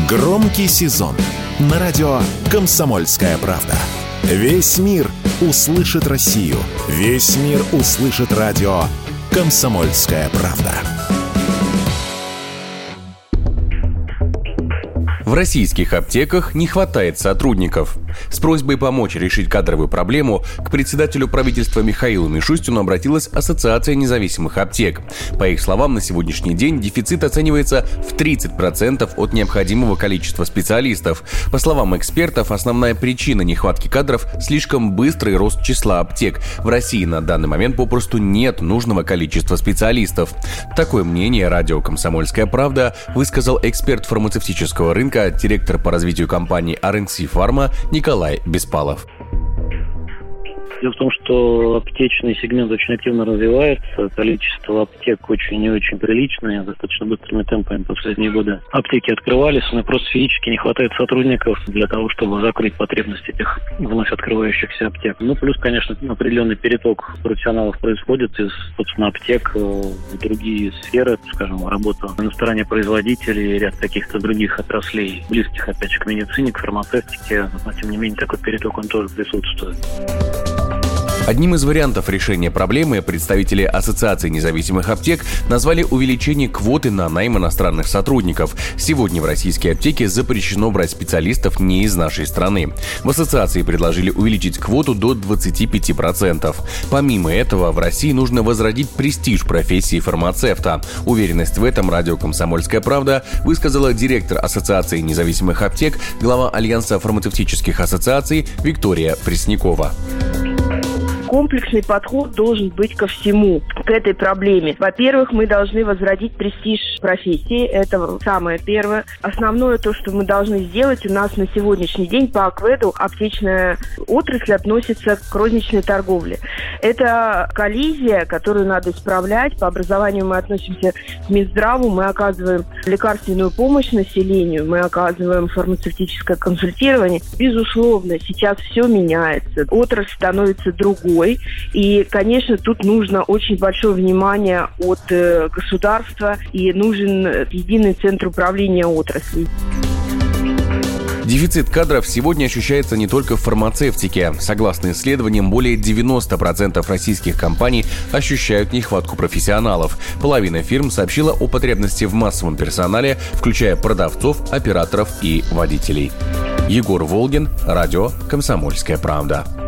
Громкий сезон на радио «Комсомольская правда». Весь мир услышит Россию. Весь мир услышит радио «Комсомольская правда». В российских аптеках не хватает сотрудников. С просьбой помочь решить кадровую проблему к председателю правительства Михаилу Мишустину обратилась Ассоциация независимых аптек. По их словам, на сегодняшний день дефицит оценивается в 30% от необходимого количества специалистов. По словам экспертов, основная причина нехватки кадров – слишком быстрый рост числа аптек. В России на данный момент попросту нет нужного количества специалистов. Такое мнение радио «Комсомольская правда» высказал эксперт фармацевтического рынка, директор по развитию компании RNC Pharma Николай Беспалов. Дело в том, что аптечный сегмент очень активно развивается, количество аптек очень и очень приличное, достаточно быстрыми темпами последние годы. Аптеки открывались, но просто физически не хватает сотрудников для того, чтобы закрыть потребности этих вновь открывающихся аптек. Ну, плюс, конечно, определенный переток профессионалов происходит из, собственно, аптек в другие сферы, скажем, работа на стороне производителей, ряд каких-то других отраслей, близких, опять же, к медицине, к фармацевтике, но, тем не менее, такой переток, он тоже присутствует. Одним из вариантов решения проблемы представители Ассоциации независимых аптек назвали увеличение квоты на найм иностранных сотрудников. Сегодня в российские аптеки запрещено брать специалистов не из нашей страны. В ассоциации предложили увеличить квоту до 25%. Помимо этого, в России нужно возродить престиж профессии фармацевта. Уверенность в этом радио «Комсомольская правда» высказала директор Ассоциации независимых аптек, глава Альянса фармацевтических ассоциаций Виктория Преснякова. Комплексный подход должен быть ко всему, к этой проблеме. Во-первых, мы должны возродить престиж профессии. Это самое первое. Основное то, что мы должны сделать, у нас на сегодняшний день по АКВЭДу аптечная отрасль относится к розничной торговле. Это коллизия, которую надо исправлять. По образованию мы относимся к Минздраву, мы оказываем лекарственную помощь населению, мы оказываем фармацевтическое консультирование. Безусловно, сейчас все меняется. Отрасль становится другой. И, конечно, тут нужно очень большое внимание от государства и нужен единый центр управления отраслью. Дефицит кадров сегодня ощущается не только в фармацевтике. Согласно исследованиям, более 90% российских компаний ощущают нехватку профессионалов. Половина фирм сообщила о потребности в массовом персонале, включая продавцов, операторов и водителей. Егор Волгин, радио «Комсомольская правда».